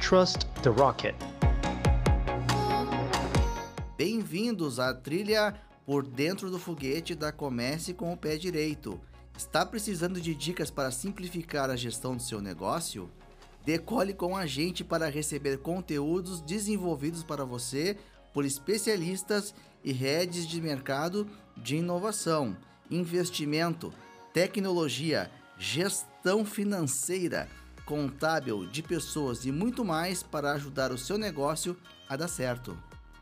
Trust the Rocket. Bem-vindos à trilha por dentro do foguete da Comece com o Pé Direito. Está precisando de dicas para simplificar a gestão do seu negócio? Decole com a gente para receber conteúdos desenvolvidos para você por especialistas e redes de mercado de inovação, investimento, tecnologia, gestão financeira, contábil, de pessoas e muito mais para ajudar o seu negócio a dar certo.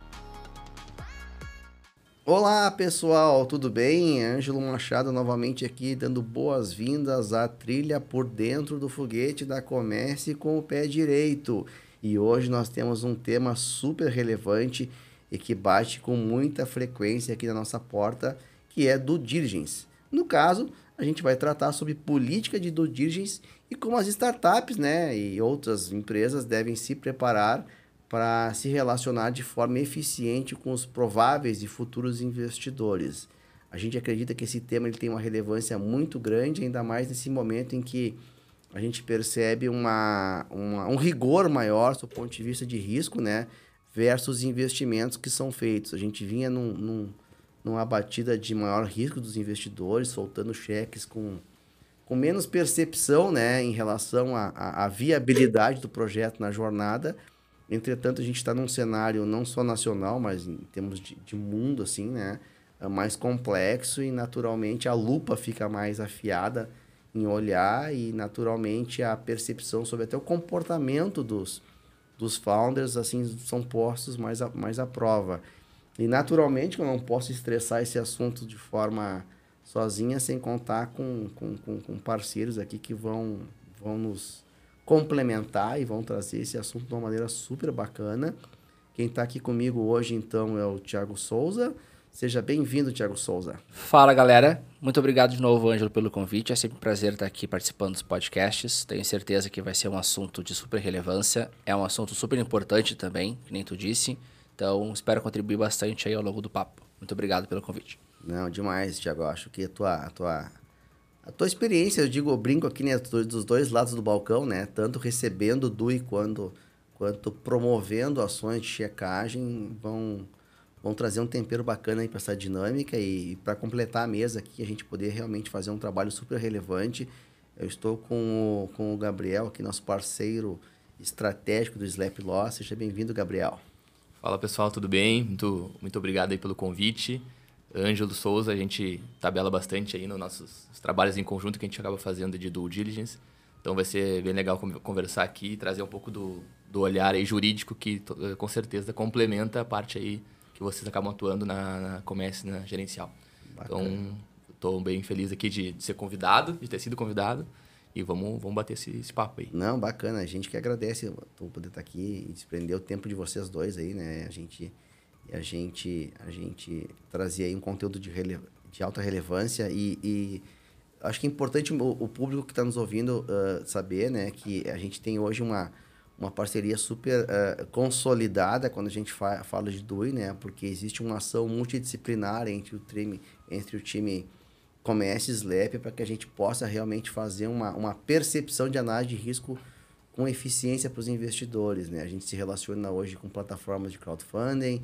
Olá pessoal, tudo bem? Ângelo Machado novamente aqui dando boas-vindas à trilha por dentro do foguete da Comece com o Pé Direito. E hoje nós temos um tema super relevante e que bate com muita frequência aqui na nossa porta, que é due diligence. No caso, a gente vai tratar sobre política de due diligence e como as startups, e outras empresas devem se preparar para se relacionar de forma eficiente com os prováveis e futuros investidores. A gente acredita que esse tema ele tem uma relevância muito grande, ainda mais nesse momento em que a gente percebe um rigor maior do ponto de vista de risco, versus investimentos que são feitos. A gente vinha numa batida de maior risco dos investidores, soltando cheques com menos percepção, em relação à viabilidade do projeto na jornada. Entretanto, a gente está num cenário não só nacional, mas em termos de mundo, assim, mais complexo e, naturalmente, a lupa fica mais afiada em olhar e, naturalmente, a percepção sobre até o comportamento dos founders, assim, são postos mais à prova. E, naturalmente, eu não posso estressar esse assunto de forma sozinha, sem contar com parceiros aqui que vão nos complementar e vão trazer esse assunto de uma maneira super bacana. Quem está aqui comigo hoje, então, é o Thiago Souza. Seja bem-vindo, Thiago Souza. Fala, galera. Muito obrigado de novo, Ângelo, pelo convite. É sempre um prazer estar aqui participando dos podcasts. Tenho certeza que vai ser um assunto de super relevância. É um assunto super importante também, que nem tu disse. Então, espero contribuir bastante aí ao longo do papo. Muito obrigado pelo convite. Não, demais, Thiago. Acho que a tua experiência, eu brinco aqui, dos dois lados do balcão, tanto recebendo DUI quanto promovendo ações de checagem, vão trazer um tempero bacana aí para essa dinâmica e para completar a mesa aqui, a gente poder realmente fazer um trabalho super relevante. Eu estou com o Gabriel, aqui, nosso parceiro estratégico do Slap Law. Seja bem-vindo, Gabriel. Fala, pessoal, tudo bem? Muito obrigado aí pelo convite. Ângelo Souza, a gente tabela bastante aí nos nossos trabalhos em conjunto que a gente acaba fazendo de due diligence. Então vai ser bem legal conversar aqui e trazer um pouco do olhar aí jurídico que com certeza complementa a parte aí que vocês acabam atuando na Comece, na gerencial. Bacana. Então, estou bem feliz aqui de ser convidado, de ter sido convidado. E vamos bater esse papo aí. Não, bacana. A gente que agradece por poder estar aqui e desprender o tempo de vocês dois aí, A gente trazia aí um conteúdo de alta relevância e acho que é importante o público que está nos ouvindo saber, que a gente tem hoje uma parceria super consolidada quando a gente fala de DUI, porque existe uma ação multidisciplinar entre o time Comece Slap para que a gente possa realmente fazer uma percepção de análise de risco com eficiência para os investidores, A gente se relaciona hoje com plataformas de crowdfunding,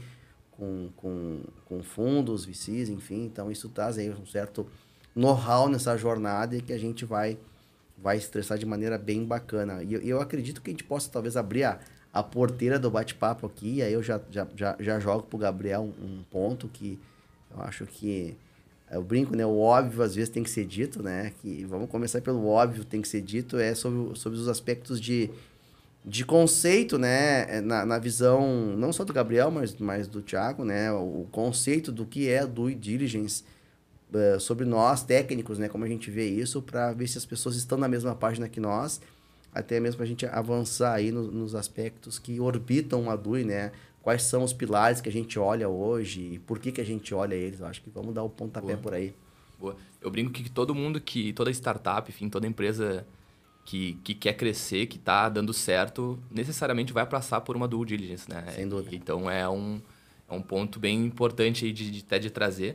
com fundos, VCs, enfim. Então, isso traz aí um certo know-how nessa jornada e que a gente vai estressar de maneira bem bacana. E eu acredito que a gente possa, talvez, abrir a porteira do bate-papo aqui. E aí eu já jogo para o Gabriel um ponto que eu acho que... Eu brinco, o óbvio às vezes tem que ser dito, Que vamos começar pelo óbvio, tem que ser dito, sobre os aspectos de conceito, na visão não só do Gabriel, mas do Thiago, o conceito do que é due diligence sobre nós, técnicos, como a gente vê isso, para ver se as pessoas estão na mesma página que nós, até mesmo para a gente avançar aí nos aspectos que orbitam a DUI, Quais são os pilares que a gente olha hoje e por que a gente olha eles. Eu acho que vamos dar o pontapé por aí. Boa. Eu brinco que toda startup, enfim, toda empresa que quer crescer, que está dando certo, necessariamente vai passar por uma due diligence, Sem dúvida. Então, é um ponto bem importante aí de trazer.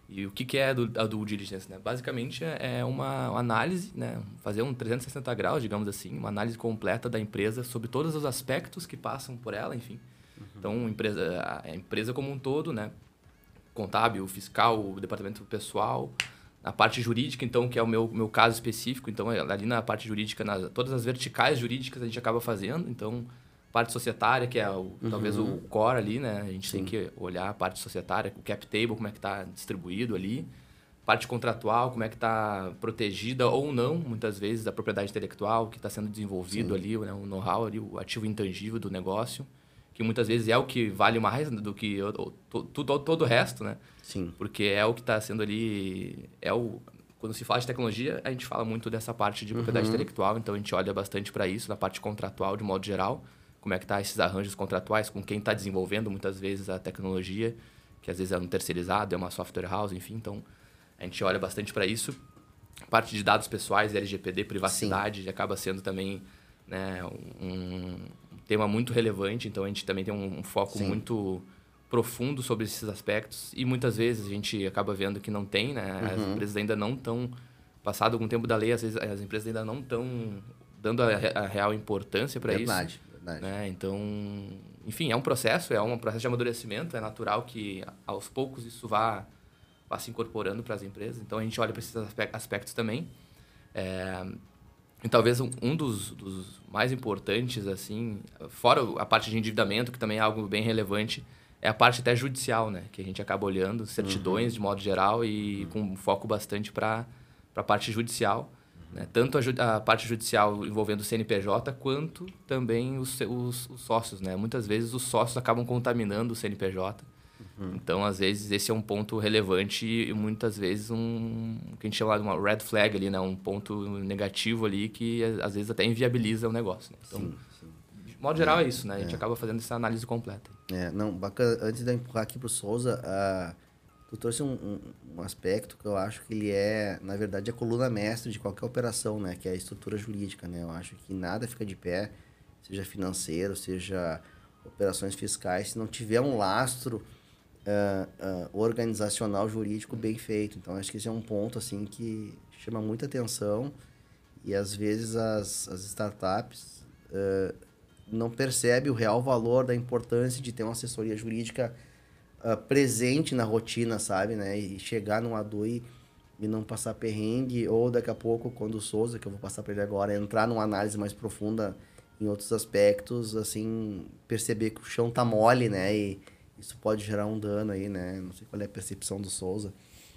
E o que é a due diligence, né? Basicamente é uma análise, né? Fazer um 360 graus, digamos assim, uma análise completa da empresa sobre todos os aspectos que passam por ela, enfim. Então, a empresa como um todo, né? Contábil, fiscal, o departamento pessoal, a parte jurídica, então, que é o meu caso específico. Então, ali na parte jurídica, todas as verticais jurídicas a gente acaba fazendo. Então, parte societária, que é talvez o core ali, né? A gente tem que olhar a parte societária, o cap table, como é que está distribuído ali. Parte contratual, como é que está protegida ou não, muitas vezes, a propriedade intelectual que está sendo desenvolvido ali, né? O know-how ali, o ativo intangível do negócio, que muitas vezes é o que vale mais do que todo o resto, né? Sim. Porque é o que está sendo ali... Quando se fala de tecnologia, a gente fala muito dessa parte de propriedade intelectual, então a gente olha bastante para isso, na parte contratual, de modo geral. Como é que tá esses arranjos contratuais, com quem está desenvolvendo, muitas vezes, a tecnologia, que às vezes é um terceirizado, é uma software house, enfim. Então, a gente olha bastante para isso. Parte de dados pessoais, LGPD, privacidade, acaba sendo também, né, um tema muito relevante. Então, a gente também tem um foco muito profundo sobre esses aspectos. E muitas vezes a gente acaba vendo que não tem, né? As empresas ainda não estão... Passado algum tempo da lei, às vezes as empresas ainda não estão dando a real importância para isso. Verdade. Né? Então, enfim, é um processo de amadurecimento. É natural que, aos poucos, isso vá se incorporando para as empresas. Então, a gente olha para esses aspectos também. E talvez um dos mais importantes, assim, fora a parte de endividamento, que também é algo bem relevante, é a parte até judicial, né? Que a gente acaba olhando, certidões de modo geral e com foco bastante para a parte judicial. Né? Tanto a parte judicial envolvendo o CNPJ, quanto também os sócios. Né? Muitas vezes os sócios acabam contaminando o CNPJ. Então, às vezes, esse é um ponto relevante e muitas vezes o que a gente chama de uma red flag ali, né? Um ponto negativo ali que às vezes até inviabiliza o negócio. Né? Então, de modo geral é isso, né? A gente acaba fazendo essa análise completa. Não, bacana. Antes de eu empurrar aqui pro Souza, tu trouxe um aspecto que eu acho que ele é, na verdade, a coluna mestre de qualquer operação, né? Que é a estrutura jurídica, né? Eu acho que nada fica de pé, seja financeiro, seja operações fiscais, se não tiver um lastro organizacional jurídico bem feito. Então, acho que esse é um ponto, assim, que chama muita atenção e, às vezes, as startups não percebem o real valor da importância de ter uma assessoria jurídica presente na rotina, sabe, né? E chegar num ADUI e não passar perrengue, ou daqui a pouco, quando o Souza, que eu vou passar para ele agora, entrar numa análise mais profunda em outros aspectos, assim, perceber que o chão tá mole, né? E isso pode gerar um dano aí, né? Não sei qual é a percepção do Souza.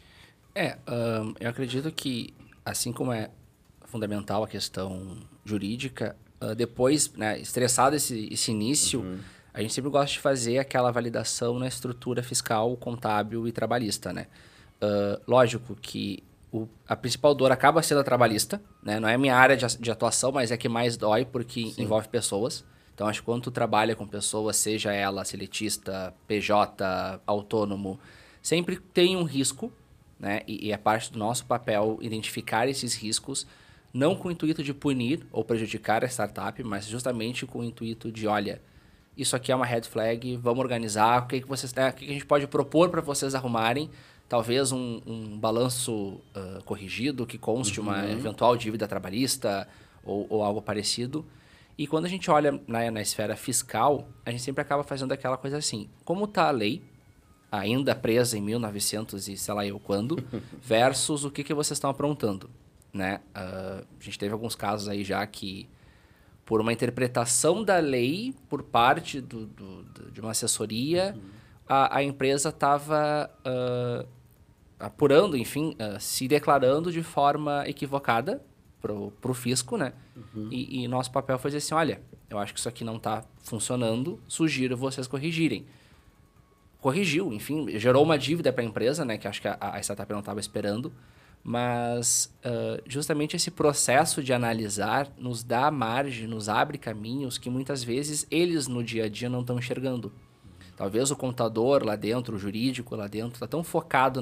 Eu acredito que, assim como é fundamental a questão jurídica, depois, né, estressado esse início, a gente sempre gosta de fazer aquela validação na estrutura fiscal, contábil e trabalhista, né? Lógico que a principal dor acaba sendo a trabalhista, né? Não é a minha área de atuação, mas é que mais dói porque envolve pessoas. Então, acho que quando tu trabalha com pessoas, seja ela seletista, PJ, autônomo, sempre tem um risco, né? E é parte do nosso papel identificar esses riscos, não com o intuito de punir ou prejudicar a startup, mas justamente com o intuito de, olha, isso aqui é uma red flag, vamos organizar, o que a gente pode propor para vocês arrumarem, talvez um balanço corrigido que conste uma eventual dívida trabalhista ou algo parecido. E quando a gente olha na esfera fiscal, a gente sempre acaba fazendo aquela coisa assim, como está a lei, ainda presa em 1900 e sei lá eu quando, versus o que vocês estão aprontando, né? A gente teve alguns casos aí já que, por uma interpretação da lei por parte de uma assessoria, a empresa estava apurando, enfim, se declarando de forma equivocada pro fisco, né? E nosso papel foi dizer assim, olha, eu acho que isso aqui não está funcionando, sugiro vocês corrigirem. Corrigiu, enfim, gerou uma dívida para a empresa, né? Que acho que a startup não estava esperando. Mas justamente esse processo de analisar nos dá margem, nos abre caminhos que muitas vezes eles no dia a dia não estão enxergando. Talvez o contador lá dentro, o jurídico lá dentro, está tão focado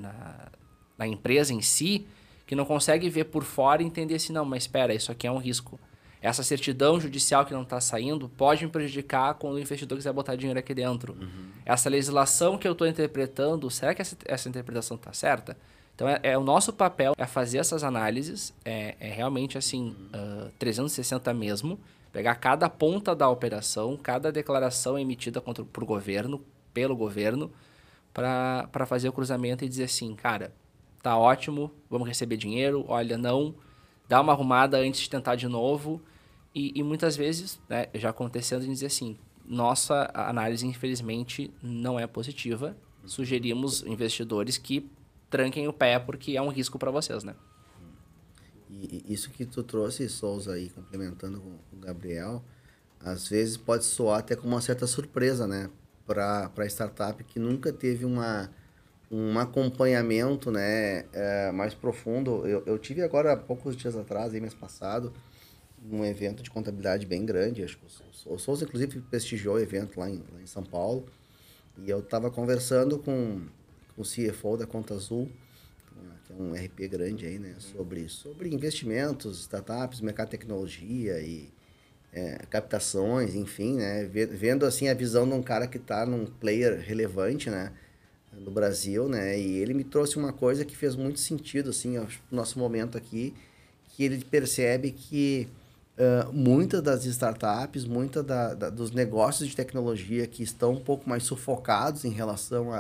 na empresa em si que não consegue ver por fora e entender assim, não, mas espera, isso aqui é um risco. essa certidão judicial que não está saindo pode me prejudicar quando o investidor quiser botar dinheiro aqui dentro. Essa legislação que eu estou interpretando, será que essa interpretação está certa? Então, o nosso papel é fazer essas análises, é realmente assim, 360 mesmo, pegar cada ponta da operação, cada declaração emitida por governo, pelo governo, para fazer o cruzamento e dizer assim, cara, tá ótimo, vamos receber dinheiro, olha, não, dá uma arrumada antes de tentar de novo. E muitas vezes, né, já acontecendo, de dizer assim, nossa análise, infelizmente, não é positiva. Sugerimos investidores que tranquem o pé porque é um risco para vocês, né? E isso que tu trouxe, Souza, aí, complementando com o Gabriel, às vezes pode soar até com uma certa surpresa, né? Para a startup que nunca teve um acompanhamento, né, mais profundo. Eu tive agora, há poucos dias atrás, mês passado, um evento de contabilidade bem grande. Acho que o Souza, inclusive, prestigiou o evento lá em São Paulo. E eu estava conversando com o CFO da Conta Azul, que é um RP grande aí, né? Sobre investimentos, startups, mercado de tecnologia e captações, enfim, né? Vendo assim a visão de um cara que está num player relevante, né? No Brasil, né? E ele me trouxe uma coisa que fez muito sentido, assim, no nosso momento aqui, que ele percebe que muitas das startups, dos negócios de tecnologia que estão um pouco mais sufocados em relação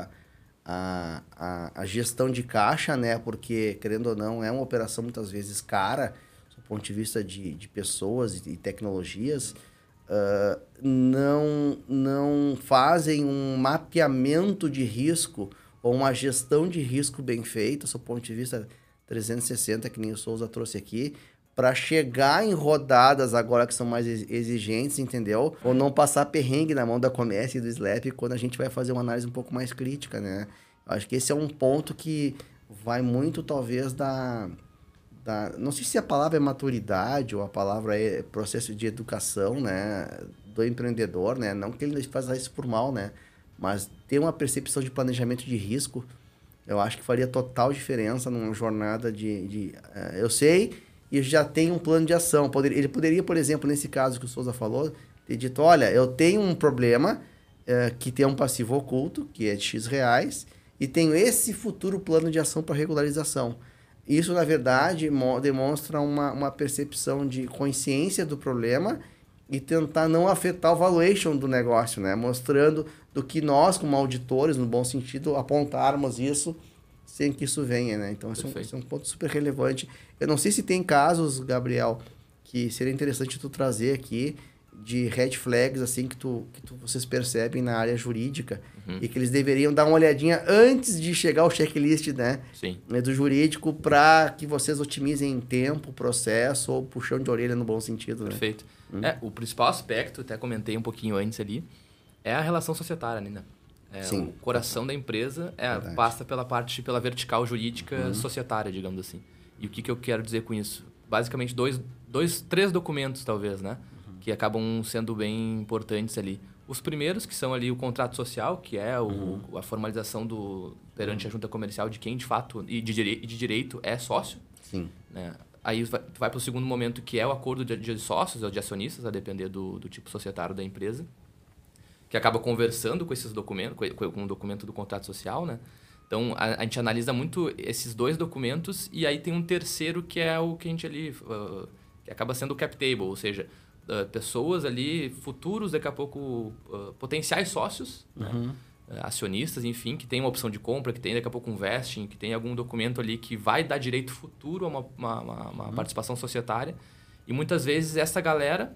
a gestão de caixa, né? Porque, querendo ou não, é uma operação muitas vezes cara, do ponto de vista de pessoas e tecnologias, não fazem um mapeamento de risco ou uma gestão de risco bem feita, do ponto de vista 360, que nem o Souza trouxe aqui, para chegar em rodadas agora que são mais exigentes, entendeu? Ou não passar perrengue na mão da Comércio e do Slap quando a gente vai fazer uma análise um pouco mais crítica, né? Eu acho que esse é um ponto que vai muito, talvez, não sei se a palavra é maturidade ou a palavra é processo de educação, né? Do empreendedor, né? Não que ele faça isso por mal, né? Mas ter uma percepção de planejamento de risco, eu acho que faria total diferença numa jornada eu sei... e já tem um plano de ação. Ele poderia, por exemplo, nesse caso que o Souza falou, ter dito, olha, eu tenho um problema que tem um passivo oculto, que é de X reais, e tenho esse futuro plano de ação para regularização. Isso, na verdade, demonstra uma percepção de consciência do problema e tentar não afetar o valuation do negócio, né? Mostrando do que nós, como auditores, no bom sentido, apontarmos isso sem que isso venha, né? Então, esse é um ponto super relevante. Eu não sei se tem casos, Gabriel, que seria interessante tu trazer aqui de red flags, assim, que vocês percebem na área jurídica e que eles deveriam dar uma olhadinha antes de chegar ao checklist, né? Sim. Do jurídico, para que vocês otimizem tempo, processo ou puxão de orelha no bom sentido, né? Perfeito. O principal aspecto, até comentei um pouquinho antes ali, é a relação societária, né? Sim. O coração da empresa passa pela vertical jurídica societária, digamos assim. E o que eu quero dizer com isso? Basicamente, três documentos, talvez, né? Que acabam sendo bem importantes ali. Os primeiros, que são ali o contrato social, que é a formalização perante a junta comercial de quem, de fato, e de direito é sócio. Sim. Né? Aí vai para o segundo momento, que é o acordo de sócios ou de acionistas, a depender do tipo societário da empresa, que acaba conversando com esses documentos, com o documento do contrato social, né? Então, a gente analisa muito esses dois documentos e aí tem um terceiro que é o que a gente ali... que acaba sendo o cap table, ou seja, pessoas ali, futuros, daqui a pouco, potenciais sócios, né? Acionistas, enfim, que tem uma opção de compra, que tem daqui a pouco um vesting, que tem algum documento ali que vai dar direito futuro a uma participação societária. E muitas vezes essa galera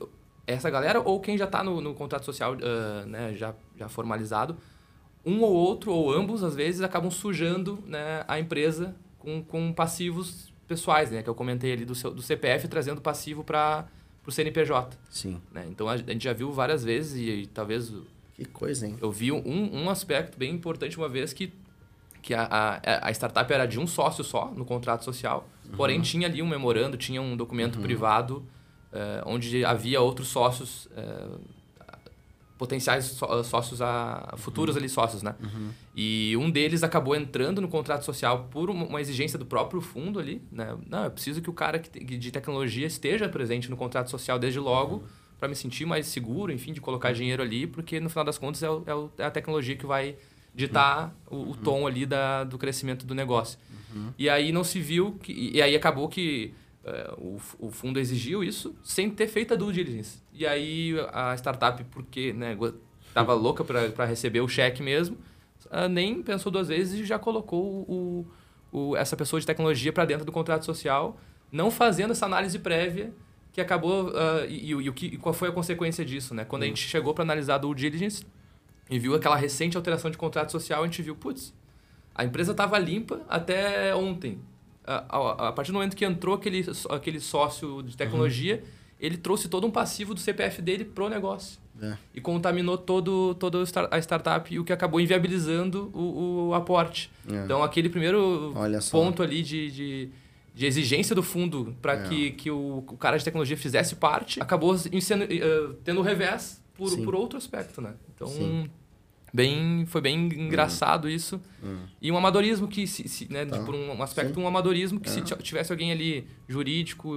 ou quem já está no contrato social, né, já formalizado, um ou outro, ou ambos, às vezes, acabam sujando, né, a empresa com passivos pessoais, né, que eu comentei ali do CPF, trazendo passivo para o CNPJ. Sim. Né? Então, a gente já viu várias vezes e talvez... Que coisa, hein? Eu vi um aspecto bem importante uma vez que a startup era de um sócio só no contrato social, porém tinha ali um memorando, tinha um documento privado onde havia outros sócios potenciais sócios, futuros ali sócios, né? E um deles acabou entrando no contrato social por uma exigência do próprio fundo ali, né? Não, eu preciso que o cara de tecnologia esteja presente no contrato social desde logo para me sentir mais seguro, enfim, de colocar dinheiro ali, porque no final das contas é a tecnologia que vai ditar o tom ali do crescimento do negócio. E aí não se viu, e aí acabou que o fundo exigiu isso sem ter feito a due diligence. E aí a startup, porque estava louca para receber o cheque mesmo, nem pensou duas vezes e já colocou essa pessoa de tecnologia para dentro do contrato social, não fazendo essa análise prévia que acabou... e qual foi a consequência disso, né? Quando a gente chegou para analisar a due diligence e viu aquela recente alteração de contrato social, a gente viu, putz, a empresa estava limpa até ontem. A partir do momento que entrou aquele sócio de tecnologia, ele trouxe todo um passivo do CPF dele pro negócio. E contaminou toda a startup, o que acabou inviabilizando o aporte. Então, aquele primeiro ponto ali de exigência do fundo para que o cara de tecnologia fizesse parte, acabou tendo revés por outro aspecto, né? Então... foi bem engraçado isso. E um amadorismo que, por um aspecto, um amadorismo que se tivesse alguém ali jurídico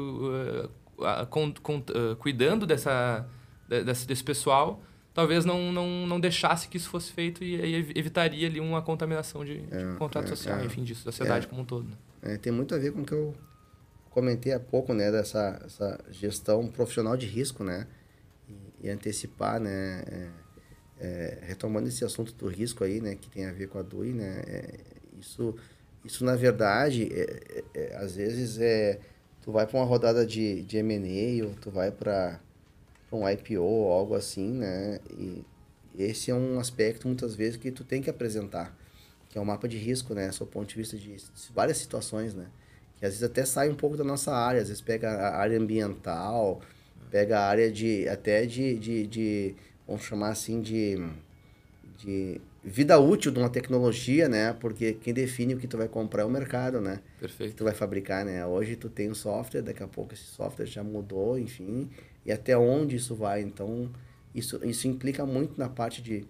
cuidando desse pessoal, talvez não deixasse que isso fosse feito e aí evitaria ali uma contaminação de contrato social, enfim, de sociedade como um todo. Né? Tem muito a ver com o que eu comentei há pouco, né, dessa gestão profissional de risco, né, e antecipar, né, retomando esse assunto do risco aí, né, que tem a ver com a DUI, né, isso na verdade, às vezes tu vai para uma rodada de M&A ou tu vai para um IPO ou algo assim, né, e esse é um aspecto muitas vezes que tu tem que apresentar, que é um mapa de risco, né, sob o ponto de vista de várias situações, né, que às vezes até sai um pouco da nossa área, às vezes pega a área ambiental, pega a área de vamos chamar assim de vida útil de uma tecnologia, né? Porque quem define o que tu vai comprar é o mercado, né? Perfeito. Que tu vai fabricar, né? Hoje tu tem um software, daqui a pouco esse software já mudou, enfim, e até onde isso vai. Então, isso implica muito na parte de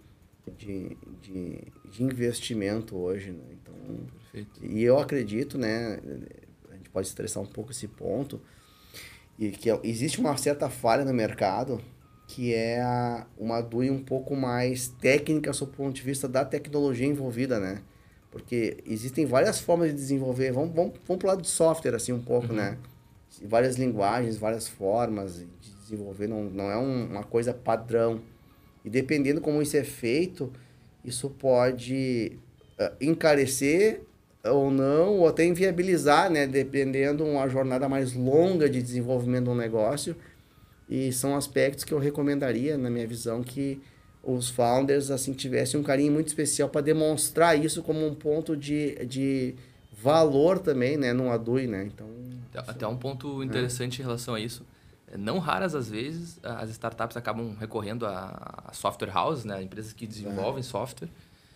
investimento hoje, né? Então, perfeito. E eu acredito, né? A gente pode estressar um pouco esse ponto, e que existe uma certa falha no mercado, que é uma DUI um pouco mais técnica sob o ponto de vista da tecnologia envolvida, né? Porque existem várias formas de desenvolver, vamos pro lado de software, assim, um pouco, né? Várias linguagens, várias formas de desenvolver, não é uma coisa padrão. E dependendo como isso é feito, isso pode encarecer ou não, ou até inviabilizar, né? Dependendo uma jornada mais longa de desenvolvimento de um negócio. E são aspectos que eu recomendaria, na minha visão, que os founders assim, tivessem um carinho muito especial para demonstrar isso como um ponto de valor também, né, numa DUI, né? Então, até um ponto interessante em relação a isso. Não raras as vezes, as startups acabam recorrendo a software houses, né, empresas que desenvolvem software.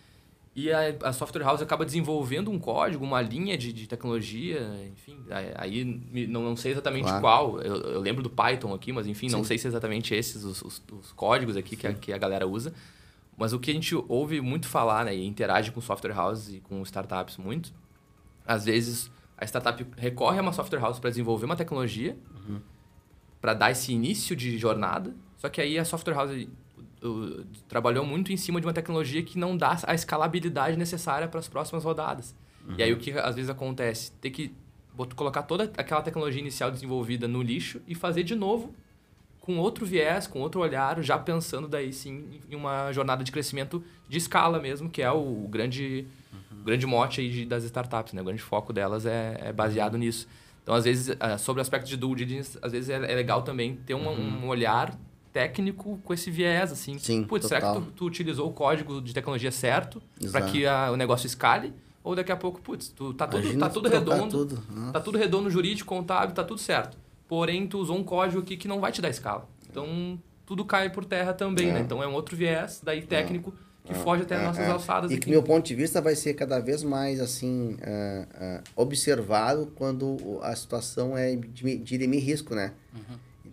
E a software house acaba desenvolvendo um código, uma linha de tecnologia, enfim, aí não sei exatamente qual. Eu lembro do Python aqui, mas enfim, não sei se é exatamente esses os códigos aqui que a galera usa. Mas o que a gente ouve muito falar, né, e interage com software house e com startups muito, às vezes a startup recorre a uma software house para desenvolver uma tecnologia, para dar esse início de jornada, só que aí a software house trabalhou muito em cima de uma tecnologia que não dá a escalabilidade necessária para as próximas rodadas. E aí o que às vezes acontece? Ter que colocar toda aquela tecnologia inicial desenvolvida no lixo e fazer de novo com outro viés, com outro olhar, já pensando daí sim em uma jornada de crescimento de escala mesmo, que é o grande mote aí das startups, né? O grande foco delas é baseado nisso. Então, às vezes, sobre o aspecto de due diligence, às vezes é legal também ter um olhar técnico com esse viés, assim. Sim, putz, será que tu utilizou o código de tecnologia certo para que o negócio escale? Ou daqui a pouco, putz, tá tudo redondo, tá tudo redondo, jurídico, contábil, tá tudo certo. Porém, tu usou um código aqui que não vai te dar escala. Então, tudo cai por terra também, né? Então, é um outro viés, daí técnico, que foge até as nossas alçadas. E que, do meu ponto de vista, vai ser cada vez mais, assim, observado quando a situação é de dirimir risco, né?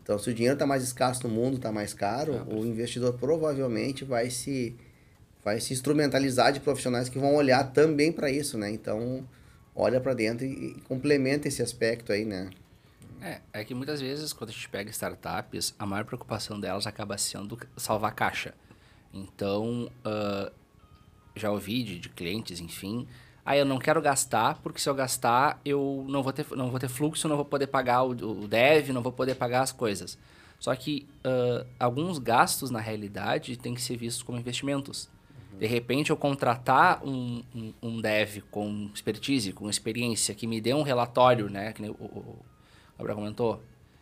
Então, se o dinheiro está mais escasso no mundo, está mais caro, o investidor provavelmente vai se instrumentalizar de profissionais que vão olhar também para isso, né? Então, olha para dentro e complementa esse aspecto aí, né? É que muitas vezes, quando a gente pega startups, a maior preocupação delas acaba sendo salvar caixa. Então, já ouvi de clientes, enfim, eu não quero gastar, porque se eu gastar, eu não vou ter fluxo, não vou poder pagar o dev, não vou poder pagar as coisas. Só que alguns gastos, na realidade, têm que ser vistos como investimentos. De repente, eu contratar um dev com expertise, com experiência, que me dê um relatório, né, que nem o Gabriel comentou,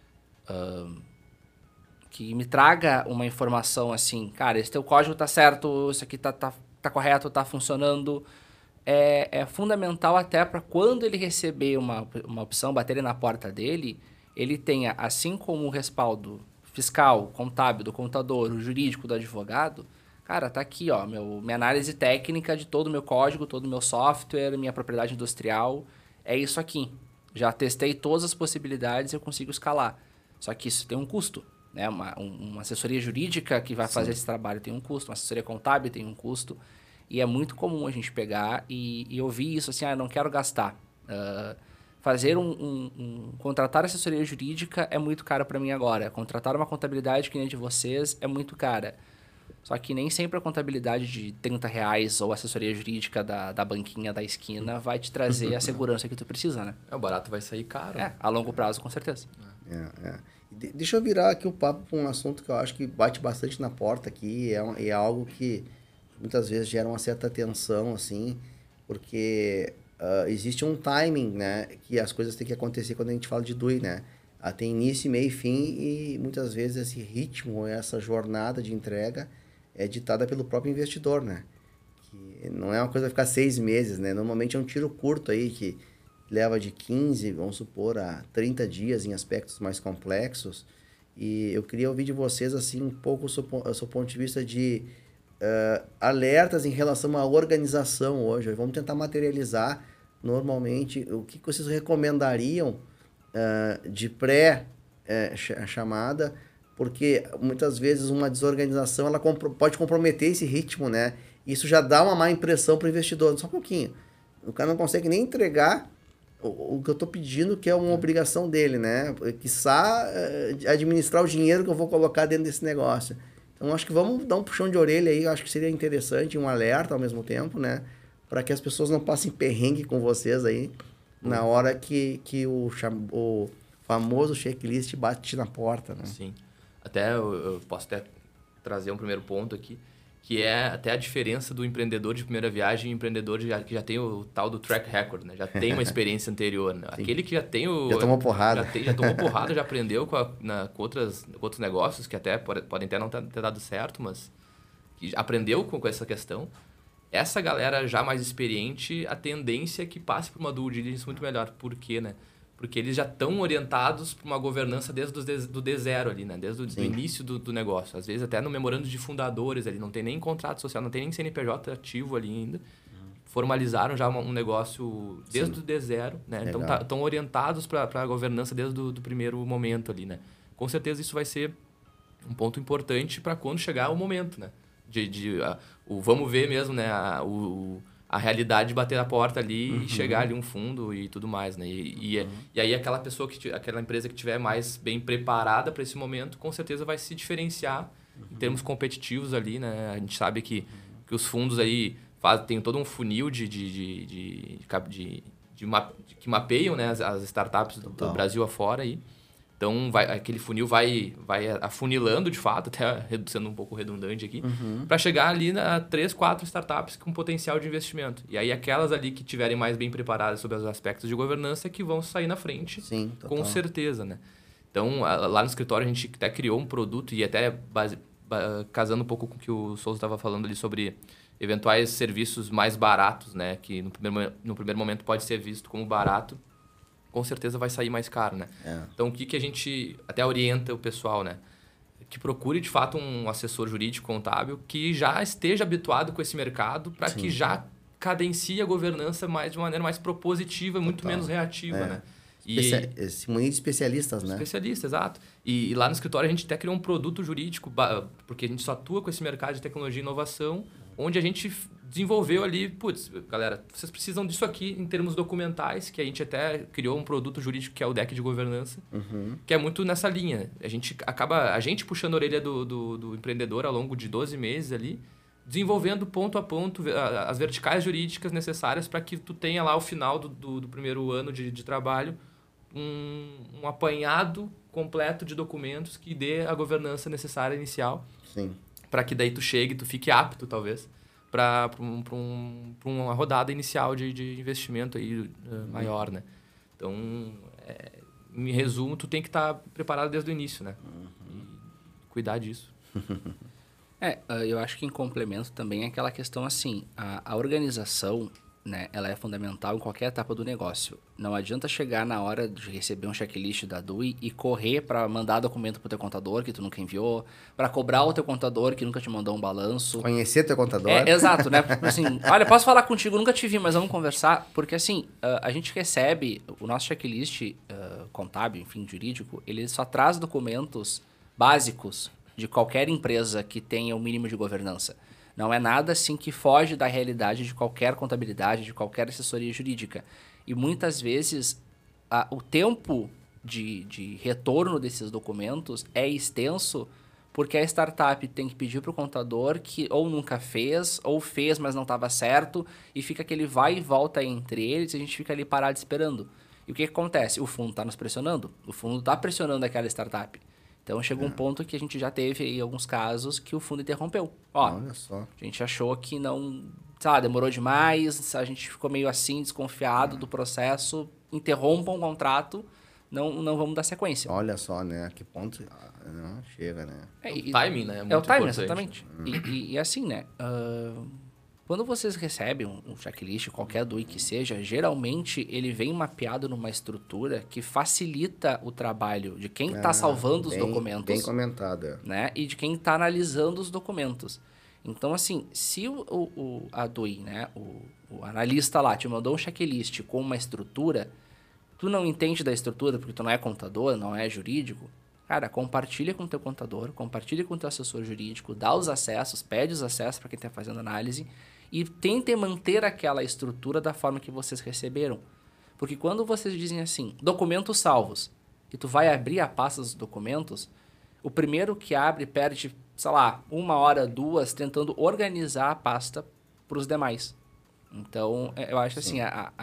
que me traga uma informação assim, cara, esse teu código tá certo, isso aqui tá correto, tá funcionando. É fundamental até para quando ele receber uma opção, bater na porta dele, ele tenha, assim como o respaldo fiscal, contábil, do contador, o jurídico do advogado, cara, tá aqui, ó, minha análise técnica de todo o meu código, todo o meu software, minha propriedade industrial, é isso aqui. Já testei todas as possibilidades e eu consigo escalar. Só que isso tem um custo, né? Uma assessoria jurídica que vai fazer esse trabalho tem um custo, uma assessoria contábil tem um custo. E é muito comum a gente pegar e ouvir isso assim, eu não quero gastar. Fazer contratar assessoria jurídica é muito caro para mim agora. Contratar uma contabilidade que nem a de vocês é muito cara. Só que nem sempre a contabilidade de R$30 ou a assessoria jurídica da banquinha da esquina vai te trazer a segurança que tu precisa, né? O barato vai sair caro. A longo prazo, com certeza. Deixa eu virar aqui o papo para um assunto que eu acho que bate bastante na porta aqui. É algo que muitas vezes gera uma certa tensão, assim, porque existe um timing, né? Que as coisas têm que acontecer quando a gente fala de DUI, né? Tem início, meio e fim e muitas vezes esse ritmo, essa jornada de entrega é ditada pelo próprio investidor, né? Que não é uma coisa que vai ficar 6 meses, né? Normalmente é um tiro curto aí que leva de 15, vamos supor, a 30 dias em aspectos mais complexos. E eu queria ouvir de vocês, assim, um pouco o seu ponto de vista de alertas em relação à organização hoje. Vamos tentar materializar, normalmente, o que vocês recomendariam de pré-chamada, porque muitas vezes uma desorganização ela pode comprometer esse ritmo, né? Isso já dá uma má impressão para o investidor. Só um pouquinho. O cara não consegue nem entregar o que eu estou pedindo, que é uma obrigação dele, né? Quiçá administrar o dinheiro que eu vou colocar dentro desse negócio. Então, acho que vamos dar um puxão de orelha aí. Acho que seria interessante, um alerta ao mesmo tempo, né? Para que as pessoas não passem perrengue com vocês aí na hora que o famoso checklist bate na porta, né? Sim. Até eu posso até trazer um primeiro ponto aqui, que é até a diferença do empreendedor de primeira viagem e o empreendedor que já tem o tal do track record, né? Já tem uma experiência anterior, né? Aquele que já tem Já tomou porrada. Já tomou porrada, já aprendeu com outros negócios que até podem até não ter dado certo, mas que aprendeu com essa questão. Essa galera já mais experiente, a tendência é que passe por uma due diligence muito melhor. Por quê, né? Porque eles já estão orientados para uma governança desde do D0 ali, né? Desde o início do negócio. Às vezes até no memorando de fundadores ali, não tem nem contrato social, não tem nem CNPJ ativo ali ainda. Formalizaram já um negócio desde o D0, né? Então estão orientados para a governança desde o primeiro momento ali, né? Com certeza isso vai ser um ponto importante para quando chegar o momento, né? Vamos ver mesmo, né? A realidade bater a porta ali e chegar ali um fundo e tudo mais, né? E aí aquela empresa que tiver mais bem preparada para esse momento, com certeza vai se diferenciar em termos competitivos ali, né? A gente sabe que os fundos aí tem todo um funil que mapeiam, né, as startups do Brasil afora aí. Então, aquele funil vai afunilando, de fato, até sendo um pouco redundante aqui, para chegar ali a 3, 4 startups com potencial de investimento. E aí, aquelas ali que estiverem mais bem preparadas sobre os aspectos de governança que vão sair na frente, Sim, com certeza, né? Então, lá no escritório, a gente até criou um produto e até casando um pouco com o que o Souza estava falando ali sobre eventuais serviços mais baratos, né? Que no primeiro momento pode ser visto como barato, com certeza vai sair mais caro, né? Então, o que a gente até orienta o pessoal, né? Que procure, de fato, um assessor jurídico contábil que já esteja habituado com esse mercado para que já cadencie a governança de uma maneira mais propositiva, muito menos reativa, né? Se munir de especialistas, né? Especialista, exato. E lá no escritório a gente até criou um produto jurídico, porque a gente só atua com esse mercado de tecnologia e inovação, onde a gente desenvolveu ali, putz, galera, vocês precisam disso aqui em termos documentais, que a gente até criou um produto jurídico que é o deck de governança, que é muito nessa linha. A gente puxando a orelha do empreendedor ao longo de 12 meses ali, desenvolvendo ponto a ponto as verticais jurídicas necessárias para que tu tenha lá ao final do primeiro ano de trabalho um apanhado completo de documentos que dê a governança necessária inicial. Sim. Para que daí tu fique apto, talvez, para uma rodada inicial de investimento aí, maior, né? Então, em resumo, tu tem que estar preparado desde o início, né? E cuidar disso. Eu acho que em complemento também é aquela questão assim, a organização, né, ela é fundamental em qualquer etapa do negócio. Não adianta chegar na hora de receber um checklist da DUI e correr para mandar documento pro teu contador que tu nunca enviou, para cobrar o teu contador que nunca te mandou um balanço. Conhecer teu contador. Exato, né? Assim, olha, posso falar contigo, nunca te vi, mas vamos conversar, porque assim, a gente recebe o nosso checklist contábil, enfim, jurídico, ele só traz documentos básicos de qualquer empresa que tenha o mínimo de governança. Não é nada assim que foge da realidade de qualquer contabilidade, de qualquer assessoria jurídica. E muitas vezes o tempo de retorno desses documentos é extenso porque a startup tem que pedir para o contador que ou nunca fez, ou fez, mas não estava certo, e fica aquele vai e volta entre eles e a gente fica ali parado esperando. E o que acontece? O fundo está nos pressionando. O fundo está pressionando aquela startup. Então, chegou um ponto que a gente já teve aí alguns casos que o fundo interrompeu. Olha só. A gente achou que não... demorou demais, a gente ficou meio assim, desconfiado do processo, interrompam o contrato, não vamos dar sequência. Olha só, né? Que ponto... Não, chega, né? O timing, né? É o timing, exatamente. E assim, né? Quando vocês recebem um checklist, qualquer DUI que seja, geralmente ele vem mapeado numa estrutura que facilita o trabalho de quem está salvando os documentos. Bem comentado. Né? E de quem está analisando os documentos. Então, assim, se a DUI, né, o analista lá te mandou um checklist com uma estrutura, tu não entende da estrutura porque tu não é contador, não é jurídico, cara, compartilha com o teu contador, compartilha com o teu assessor jurídico, dá os acessos, pede os acessos para quem está fazendo análise e tente manter aquela estrutura da forma que vocês receberam. Porque quando vocês dizem assim, documentos salvos, e tu vai abrir a pasta dos documentos, o primeiro que abre perde, sei lá, 1 hora, 2, tentando organizar a pasta para os demais. Então, eu acho assim,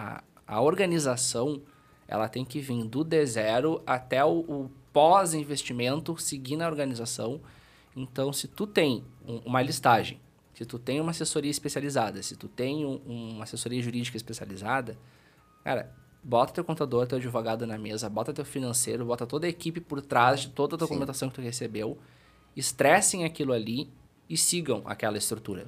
a organização, ela tem que vir do D0 até o pós-investimento, seguir na organização. Então, se tu tem uma listagem, se tu tem uma assessoria especializada, se tu tem uma assessoria jurídica especializada, cara, bota teu contador, teu advogado na mesa, bota teu financeiro, bota toda a equipe por trás de toda a documentação que tu recebeu, estressem aquilo ali e sigam aquela estrutura.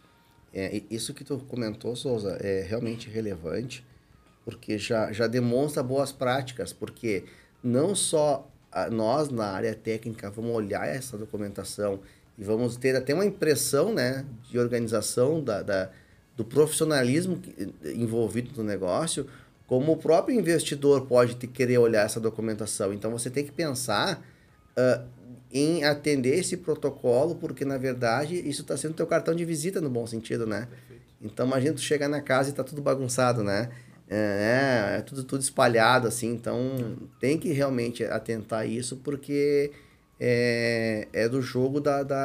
Isso que tu comentou, Souza, é realmente relevante, porque já demonstra boas práticas, porque não só nós, na área técnica, vamos olhar essa documentação e vamos ter até uma impressão, né, de organização do profissionalismo envolvido no negócio, como o próprio investidor pode querer olhar essa documentação. Então, você tem que pensar em atender esse protocolo, porque, na verdade, isso está sendo teu cartão de visita no bom sentido, né? Perfeito. Então, imagina tu chegar na casa e está tudo bagunçado, né? Tudo espalhado, assim. Então, tem que realmente atentar a isso, porque é do jogo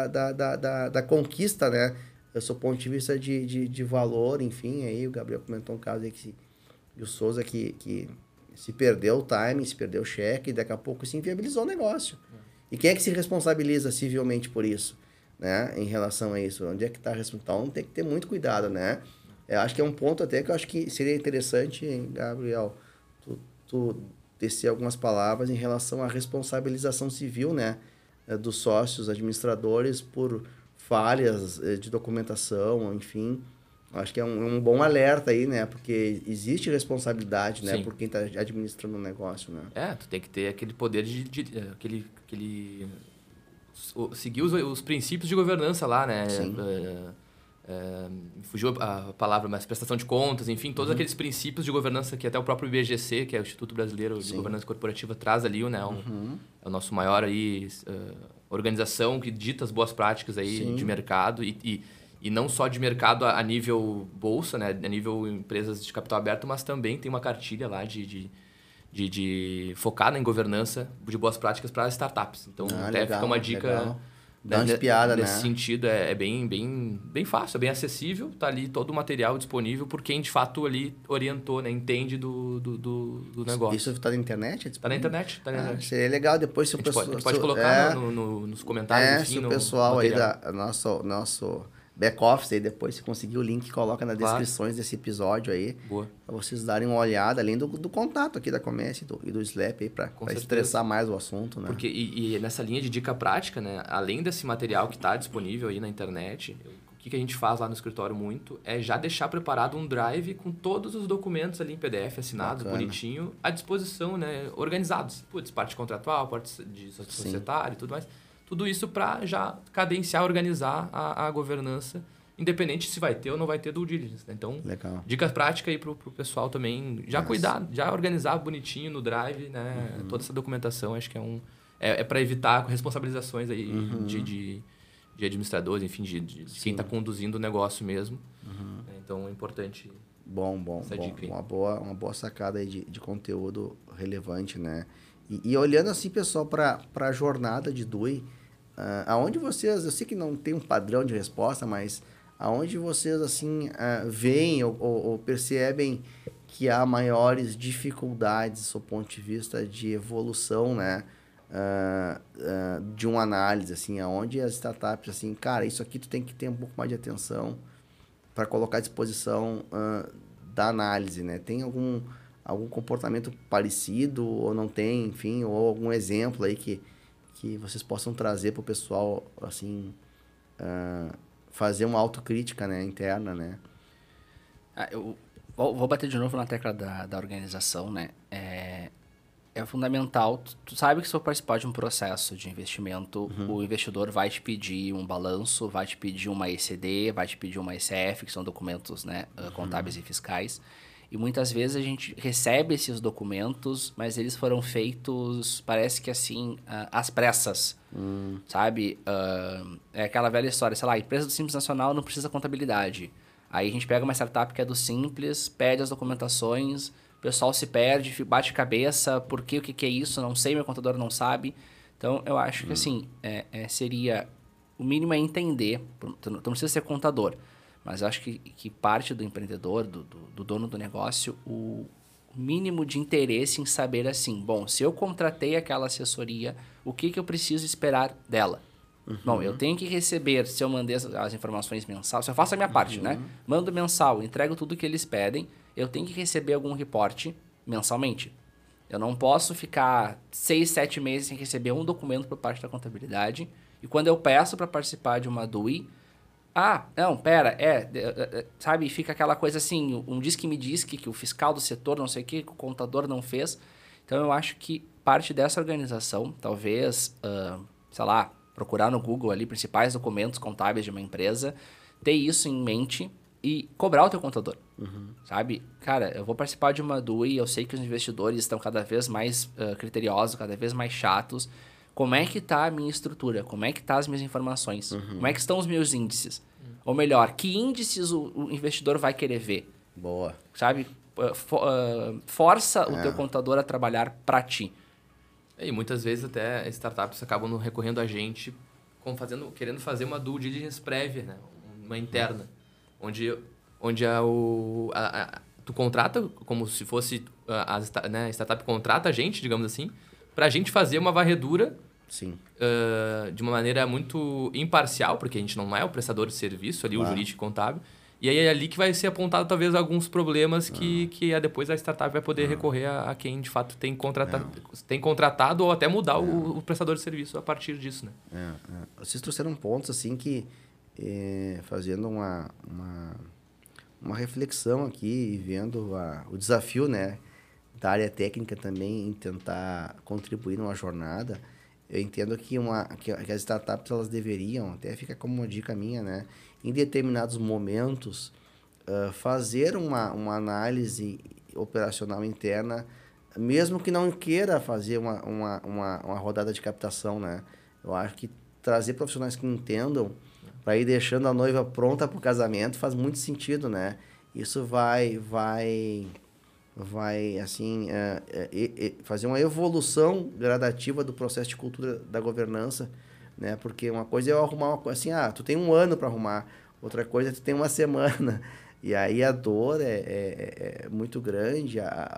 da conquista, né? Do seu ponto de vista de valor, enfim. Aí o Gabriel comentou um caso aí e o Souza que se perdeu o time, se perdeu o cheque, e daqui a pouco se inviabilizou o negócio. E quem é que se responsabiliza civilmente por isso, né? Em relação a isso? Onde é que está a responsabilidade? Então, tem que ter muito cuidado, né? Eu acho que é um ponto até que eu acho que seria interessante, Gabriel, tu tecer algumas palavras em relação à responsabilização civil, né? Dos sócios, administradores, por falhas de documentação, enfim. Acho que é um bom alerta aí, né? Porque existe responsabilidade, né? Sim. Por quem está administrando o negócio, né? Tu tem que ter aquele poder seguir os princípios de governança lá, né? Sim. fugiu a palavra, mas prestação de contas, enfim, todos aqueles princípios de governança que até o próprio IBGC, que é o Instituto Brasileiro de Governança Corporativa, traz ali, né? É o nosso maior aí, organização que dita as boas práticas aí de mercado e não só de mercado a nível bolsa, né? A nível empresas de capital aberto, mas também tem uma cartilha lá de focada em governança de boas práticas para startups. Então, até legal, fica uma dica... Legal. Dá uma espiada, nesse né? sentido, é bem fácil, é bem acessível. Tá ali todo o material disponível por quem, de fato, ali orientou, né? Entende do negócio. Isso tá na internet? Tá na internet. Seria legal depois se o pessoal... A gente pode colocar nos comentários, enfim, se o pessoal aí nosso back-office aí depois, se conseguir o link, coloca nas descrições desse episódio aí. Boa. Pra vocês darem uma olhada, além do contato aqui da Comércio e do Slap aí, pra estressar mais o assunto, né? Porque, e nessa linha de dica prática, né? Além desse material que tá disponível aí na internet, o que a gente faz lá no escritório muito é já deixar preparado um drive com todos os documentos ali em PDF assinados, bonitinho, à disposição, né? Organizados. Putz, parte contratual, parte de societário e tudo mais. Tudo isso para já cadenciar, organizar a governança, independente se vai ter ou não vai ter due diligence. Né? Então, legal. Dicas práticas aí pro pessoal também já cuidar, já organizar bonitinho no Drive, né? Toda essa documentação, acho que é para evitar responsabilizações aí de administradores, enfim, de quem está conduzindo o negócio mesmo. Então, é importante. Bom. Uma boa sacada aí de conteúdo relevante, né? E olhando assim, pessoal, para a jornada de DUI, aonde vocês, eu sei que não tem um padrão de resposta, mas aonde vocês assim veem ou percebem que há maiores dificuldades do ponto de vista de evolução, né, de uma análise, assim, aonde as startups, assim, cara, isso aqui tu tem que ter um pouco mais de atenção para colocar à disposição da análise, né? Tem algum comportamento parecido ou não tem, enfim, ou algum exemplo aí que vocês possam trazer para o pessoal, assim, fazer uma autocrítica, né, interna, né? Eu vou bater de novo na tecla da organização, né? É fundamental, tu sabe que se for participar de um processo de investimento, o investidor vai te pedir um balanço, vai te pedir uma ECD, vai te pedir uma ECF, que são documentos, né, contábeis e fiscais. E muitas vezes a gente recebe esses documentos, mas eles foram feitos, parece que assim, às pressas, sabe? É aquela velha história, sei lá, a empresa do Simples Nacional não precisa contabilidade. Aí a gente pega uma startup que é do Simples, pede as documentações, o pessoal se perde, bate cabeça, por quê, o que é isso, não sei, meu contador não sabe. Então, eu acho que assim, seria, o mínimo é entender, tu não precisa ser contador, mas eu acho que parte do empreendedor, do dono do negócio, o mínimo de interesse em saber assim, bom, se eu contratei aquela assessoria, o que eu preciso esperar dela? Bom, eu tenho que receber, se eu mandei as informações mensais, se eu faço a minha parte, né? Mando mensal, entrego tudo que eles pedem, eu tenho que receber algum reporte mensalmente. Eu não posso ficar 6, 7 meses sem receber um documento por parte da contabilidade, e quando eu peço para participar de uma DUI, não, pera, sabe, fica aquela coisa assim, um diz que o fiscal do setor não sei o que o contador não fez. Então, eu acho que parte dessa organização, talvez, sei lá, procurar no Google ali principais documentos contábeis de uma empresa, ter isso em mente e cobrar o teu contador, sabe? Cara, eu vou participar de uma DUI, eu sei que os investidores estão cada vez mais criteriosos, cada vez mais chatos. Como é que está a minha estrutura? Como é que estão as minhas informações? Como é que estão os meus índices? Ou melhor, que índices o investidor vai querer ver? Boa. Sabe? Força o teu contador a trabalhar para ti. E muitas vezes até startups acabam recorrendo a gente querendo fazer uma due diligence prévia, né? Uma interna, onde tu contrata como se fosse a startup contrata a gente, digamos assim, para a gente fazer uma varredura. Sim. De uma maneira muito imparcial, porque a gente não é o prestador de serviço ali, o jurídico e contábil. E aí é ali que vai ser apontado talvez alguns problemas que depois a startup vai poder recorrer a quem de fato tem contratado ou até mudar o prestador de serviço a partir disso, né? Vocês trouxeram pontos assim que fazendo uma reflexão aqui e vendo o desafio, né, da área técnica também em tentar contribuir numa jornada. Eu entendo que as startups elas deveriam, até fica como uma dica minha, né, em determinados momentos, fazer uma análise operacional interna, mesmo que não queira fazer uma rodada de captação, né? Eu acho que trazer profissionais que entendam para ir deixando a noiva pronta para o casamento faz muito sentido, né? Isso vai assim, fazer uma evolução gradativa do processo de cultura da governança, né? Porque uma coisa é eu arrumar uma coisa assim, tu tem 1 ano para arrumar, outra coisa é tu tem 1 semana. E aí a dor é muito grande,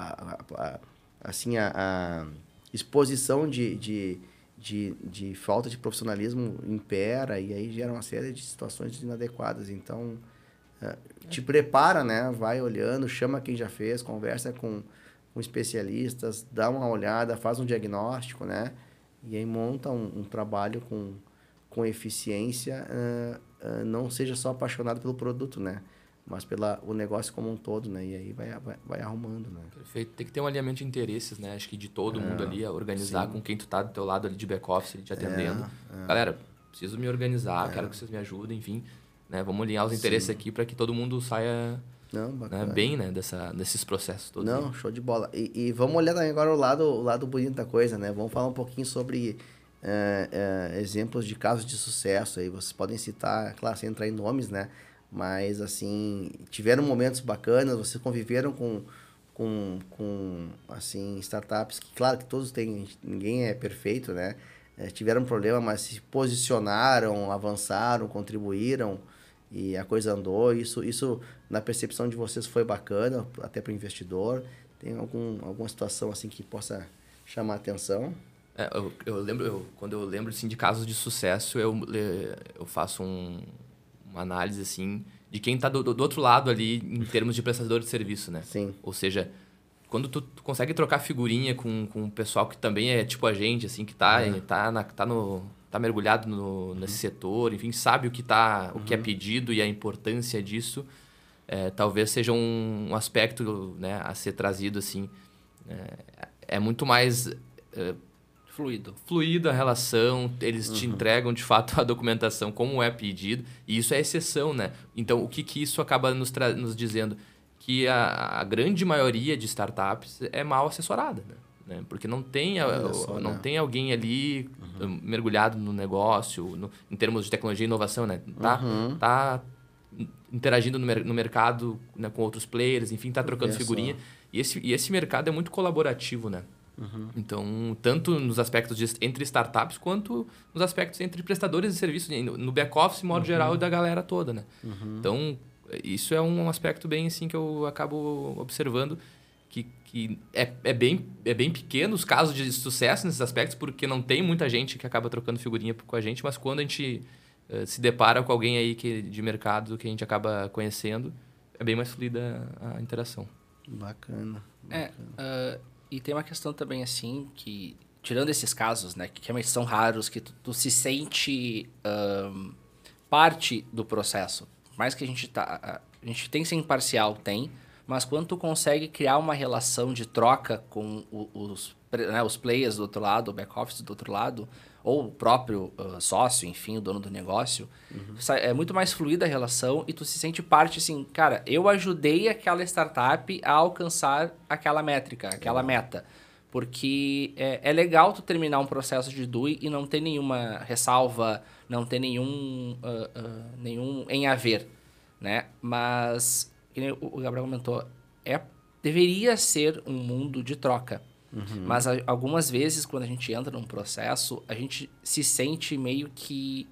assim, a exposição de falta de profissionalismo impera, e aí gera uma série de situações inadequadas. Então, te prepara, né? Vai olhando, chama quem já fez, conversa com especialistas, dá uma olhada, faz um diagnóstico, né? E aí monta um trabalho com eficiência, não seja só apaixonado pelo produto, né? Mas o negócio como um todo, né? E aí vai arrumando, né? Perfeito. Tem que ter um alinhamento de interesses, né? Acho que de todo mundo ali, organizar com quem tu tá do teu lado ali de back-office, te atendendo. Galera, preciso me organizar, quero que vocês me ajudem, enfim. Né? Vamos alinhar os interesses aqui para que todo mundo saia bem, né? Desses processos todos. Não, show de bola. E vamos olhar agora o lado bonito da coisa, né? Vamos falar um pouquinho sobre exemplos de casos de sucesso aí. Vocês podem citar, claro, sem entrar em nomes, né? Mas, assim, tiveram momentos bacanas, vocês conviveram com assim, startups que, claro, que todos têm, ninguém é perfeito, né? Tiveram problema, mas se posicionaram, avançaram, contribuíram e a coisa andou. Isso na percepção de vocês, foi bacana, até para o investidor. Tem alguma situação, assim, que possa chamar a atenção? Quando eu lembro, assim, de casos de sucesso, eu faço uma análise, assim, de quem está do outro lado ali em termos de prestador de serviço, né? Sim. Ou seja, quando tu consegue trocar figurinha com o pessoal que também é tipo a gente, assim, que tá mergulhado nesse setor, enfim, sabe o que é pedido e a importância disso, talvez seja um aspecto, né, a ser trazido, assim. É muito mais... Fluido a relação, eles te entregam de fato a documentação como é pedido, e isso é exceção, né? Então, o que isso acaba nos dizendo? Que a grande maioria de startups é mal assessorada, né? Porque não tem alguém ali mergulhado no negócio, em termos de tecnologia e inovação, né? Tá interagindo no mercado, né, com outros players, enfim, tá trocando figurinha. E esse mercado é muito colaborativo, né? Então, tanto nos aspectos entre startups, quanto nos aspectos entre prestadores de serviços, no back-office, modo geral, e da galera toda, né? Então, isso é um aspecto bem assim que eu acabo observando, que é bem pequeno os casos de sucesso nesses aspectos, porque não tem muita gente que acaba trocando figurinha com a gente, mas quando a gente se depara com alguém aí de mercado que a gente acaba conhecendo, é bem mais fluida a interação. Bacana. E tem uma questão também, assim, que, tirando esses casos, né, que realmente são raros, que tu se sente parte do processo. Mais que a gente tem que ser imparcial, mas quando tu consegue criar uma relação de troca com os players do outro lado, o back-office do outro lado, ou o próprio sócio, enfim, o dono do negócio, é muito mais fluida a relação e tu se sente parte, assim, cara, eu ajudei aquela startup a alcançar aquela métrica, aquela meta. Porque é legal tu terminar um processo de DUI e não ter nenhuma ressalva, não ter nenhum em haver, né? Mas, como o Gabriel comentou, deveria ser um mundo de troca. Mas algumas vezes, quando a gente entra num processo, a gente se sente meio que...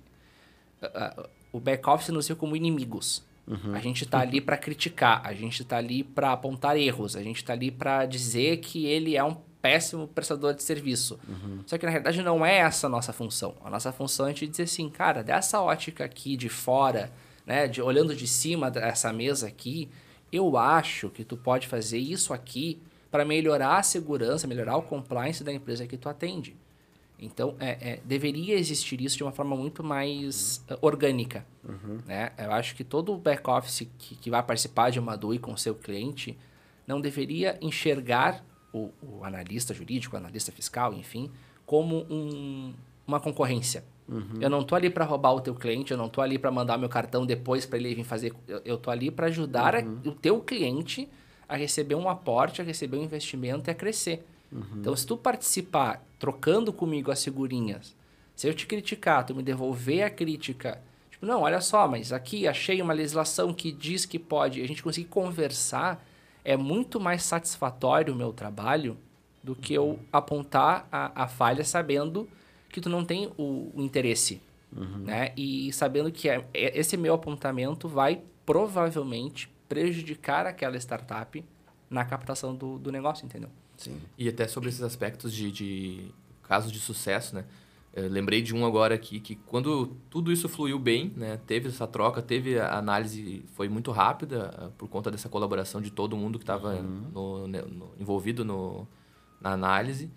o back-office nos vê como inimigos. A gente tá ali para criticar, a gente tá ali para apontar erros, a gente tá ali para dizer que ele é um péssimo prestador de serviço. Só que, na realidade, não é essa a nossa função. A nossa função é a gente dizer assim, cara, dessa ótica aqui de fora, né, olhando de cima dessa mesa aqui, eu acho que tu pode fazer isso aqui para melhorar a segurança, melhorar o compliance da empresa que tu atende. Então, deveria existir isso de uma forma muito mais orgânica. Né? Eu acho que todo o back-office que vai participar de uma DUI com o seu cliente não deveria enxergar o analista jurídico, o analista fiscal, enfim, como uma concorrência. Eu não tô ali para roubar o teu cliente, eu não tô ali para mandar meu cartão depois para ele vir fazer. Eu tô ali para ajudar o teu cliente a receber um aporte, a receber um investimento e a crescer. Então, se tu participar trocando comigo as figurinhas, se eu te criticar, tu me devolver a crítica, tipo, não, olha só, mas aqui achei uma legislação que diz que pode, a gente conseguir conversar, é muito mais satisfatório o meu trabalho do que eu apontar a falha sabendo que tu não tem o interesse, né? E sabendo que esse meu apontamento vai provavelmente prejudicar aquela startup na captação do negócio, entendeu? Sim. E até sobre esses aspectos de casos de sucesso, né? Eu lembrei de um agora aqui que quando tudo isso fluiu bem, né? Teve essa troca, teve a análise, foi muito rápida por conta dessa colaboração de todo mundo que estava envolvido na análise.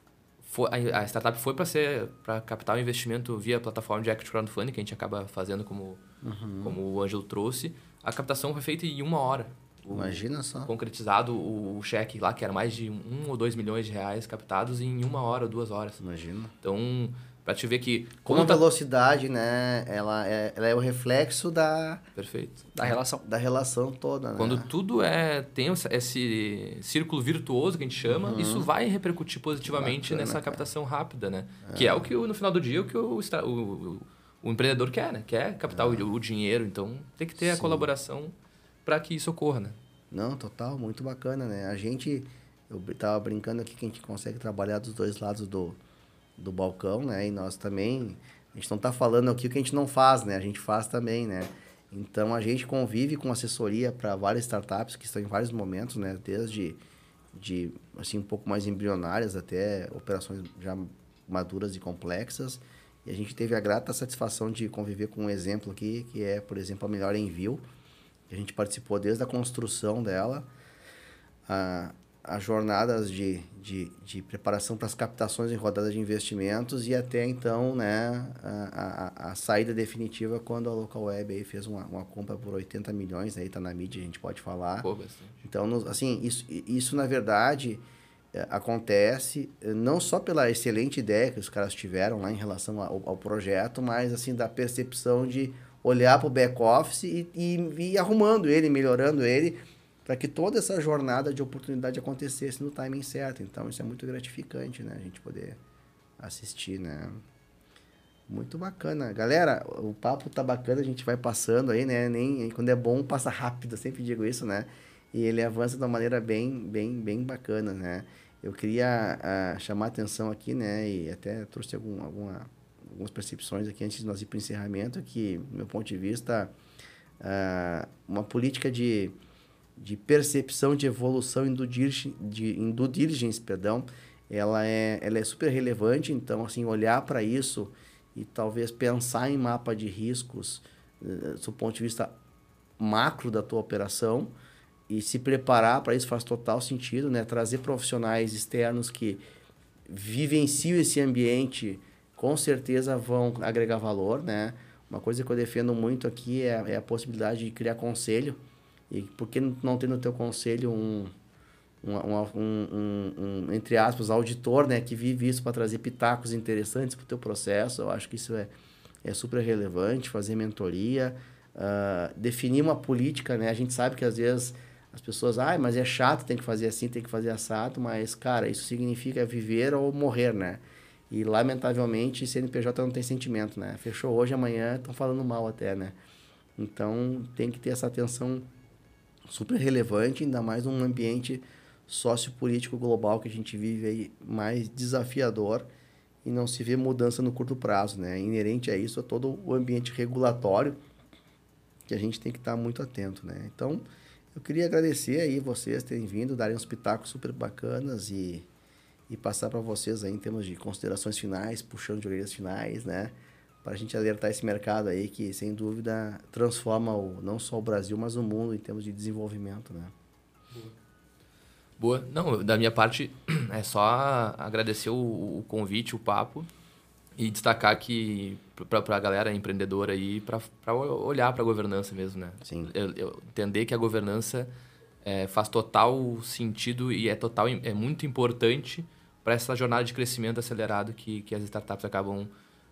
A startup foi para captar o investimento via plataforma de equity crowdfunding, que a gente acaba fazendo como o Ângelo trouxe. A captação foi feita em 1 hora. Imagina só. Concretizado o cheque lá, que era mais de 1 ou 2 milhões de reais captados em 1 hora ou 2 horas. Imagina. Então, para te ver que... Como a velocidade, né? Ela é o reflexo Perfeito. Da relação toda, né? Quando tudo tem esse círculo virtuoso que a gente chama, isso vai repercutir positivamente nessa captação rápida, né? Que é o que, no final do dia, o que o empreendedor quer, né? Quer captar o dinheiro. Então, tem que ter a colaboração para que isso ocorra, né? Não, total, muito bacana, né? Eu tava brincando aqui que a gente consegue trabalhar dos dois lados do balcão, né? E nós também, a gente não tá falando aqui o que a gente não faz, né? A gente faz também, né? Então, a gente convive com assessoria para várias startups que estão em vários momentos, né? Desde assim, um pouco mais embrionárias até operações já maduras e complexas. E a gente teve a grata satisfação de conviver com um exemplo aqui, que é, por exemplo, a Melhor Envio. A gente participou desde a construção dela, as jornadas de preparação para as captações em rodadas de investimentos e até então, né, a saída definitiva quando a Localweb aí fez uma compra por 80 milhões, aí está na mídia, a gente pode falar. Pô, bastante. Então, assim, isso na verdade acontece não só pela excelente ideia que os caras tiveram lá em relação ao projeto, mas assim, da percepção de olhar para o back-office e ir arrumando ele, melhorando ele, para que toda essa jornada de oportunidade acontecesse no timing certo. Então, isso é muito gratificante, né? A gente poder assistir, né? Muito bacana. Galera, o papo tá bacana, a gente vai passando aí, né? Quando é bom, passa rápido, eu sempre digo isso, né? E ele avança de uma maneira bem bacana, né? Eu queria chamar a atenção aqui, né? E até trouxe algumas percepções aqui antes de nós ir para o encerramento, que, do meu ponto de vista, uma política de percepção de evolução em due diligence, ela é super relevante. Então, assim, olhar para isso e talvez pensar em mapa de riscos do ponto de vista macro da tua operação e se preparar para isso faz total sentido, né? Trazer profissionais externos que vivenciam esse ambiente com certeza vão agregar valor, né? Uma coisa que eu defendo muito aqui é a possibilidade de criar conselho. E por que não ter no teu conselho um entre aspas, auditor, né? Que vive isso para trazer pitacos interessantes para o teu processo. Eu acho que isso é super relevante. Fazer mentoria, definir uma política, né? A gente sabe que às vezes as pessoas, mas é chato, tem que fazer assim, tem que fazer assado. Mas, cara, isso significa viver ou morrer, né? E, lamentavelmente, CNPJ não tem sentimento, né? Fechou hoje, amanhã estão falando mal até, né? Então, tem que ter essa atenção super relevante, ainda mais num ambiente sociopolítico global que a gente vive aí mais desafiador e não se vê mudança no curto prazo, né? Inerente a isso, a todo o ambiente regulatório que a gente tem que estar muito atento, né? Então, eu queria agradecer aí vocês terem vindo, darem uns pitacos super bacanas e passar para vocês aí em termos de considerações finais, puxando de orelhas finais, né? Para a gente alertar esse mercado aí que, sem dúvida, transforma não só o Brasil, mas o mundo em termos de desenvolvimento, né? Boa. Não, da minha parte, é só agradecer o convite, o papo e destacar que para a galera empreendedora aí, para olhar para a governança mesmo, né? Sim. Eu entender que a governança faz total sentido e é muito importante para essa jornada de crescimento acelerado que as startups acabam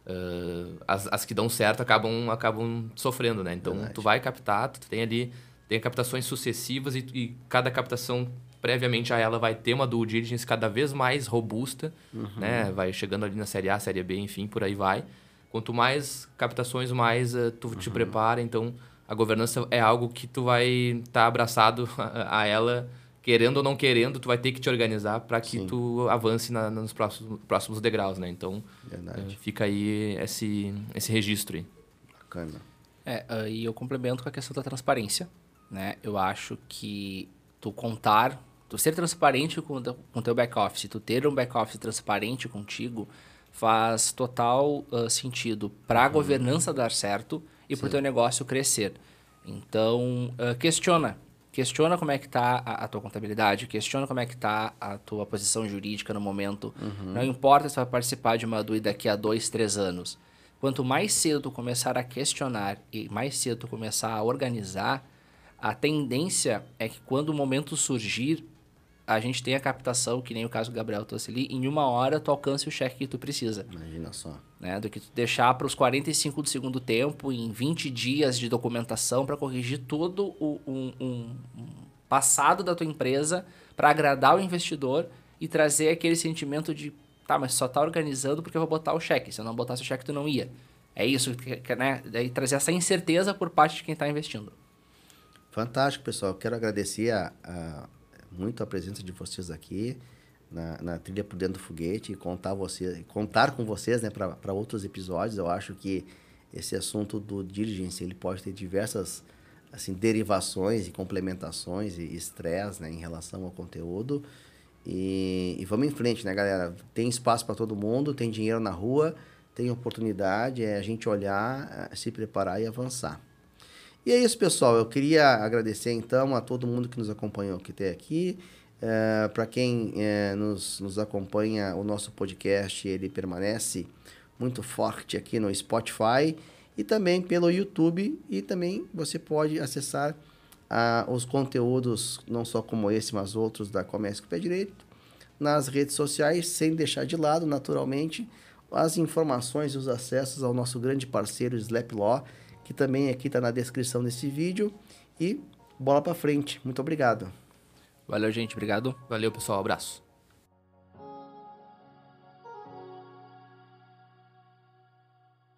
As que dão certo acabam sofrendo, né? Então, Verdade. tu vai captar, tu tem captações sucessivas e cada captação, previamente a ela, vai ter uma due diligence cada vez mais robusta, né? Vai chegando ali na Série A, Série B, enfim, por aí vai. Quanto mais captações, mais tu te prepara. Então, a governança é algo que tu vai estar abraçado a ela, querendo ou não querendo, tu vai ter que te organizar para que Sim. tu avance nos próximos degraus, né? Então, Verdade. fica aí esse registro aí. Bacana. E eu complemento com a questão da transparência, né? Eu acho que tu ser transparente com o teu back-office, tu ter um back-office transparente contigo, faz total sentido para a governança dar certo e para o teu negócio crescer. Então, Questiona como é que está a tua contabilidade, questiona como é que está a tua posição jurídica no momento. Não importa se vai participar de uma DUI daqui a 2, 3 anos. Quanto mais cedo tu começar a questionar e mais cedo tu começar a organizar, a tendência é que quando o momento surgir, a gente tenha a captação, que nem o caso do Gabriel trouxe ali, em 1 hora tu alcance o cheque que tu precisa. Imagina só. Né? Do que tu deixar para os 45 do segundo tempo, em 20 dias de documentação para corrigir todo um passado da tua empresa para agradar o investidor e trazer aquele sentimento de tá, mas só tá organizando porque eu vou botar o cheque. Se eu não botasse o cheque, tu não ia. É isso, né? Daí trazer essa incerteza por parte de quem está investindo. Fantástico, pessoal. Eu quero agradecer muito a presença de vocês aqui na Trilha por Dentro do Foguete e contar com vocês, né, para outros episódios. Eu acho que esse assunto do diligence ele pode ter diversas assim, derivações e complementações e estresse, né, em relação ao conteúdo. E vamos em frente, né, galera? Tem espaço para todo mundo, tem dinheiro na rua, tem oportunidade, é a gente olhar, se preparar e avançar. E é isso, pessoal. Eu queria agradecer, então, a todo mundo que nos acompanhou até aqui. Para quem nos acompanha, o nosso podcast, ele permanece muito forte aqui no Spotify e também pelo YouTube. E também você pode acessar os conteúdos, não só como esse, mas outros da Comércio com o Pé Direito, nas redes sociais, sem deixar de lado, naturalmente, as informações e os acessos ao nosso grande parceiro, Slap Law, que também aqui está na descrição desse vídeo. E bola para frente. Muito obrigado. Valeu, gente. Obrigado. Valeu, pessoal. Abraço.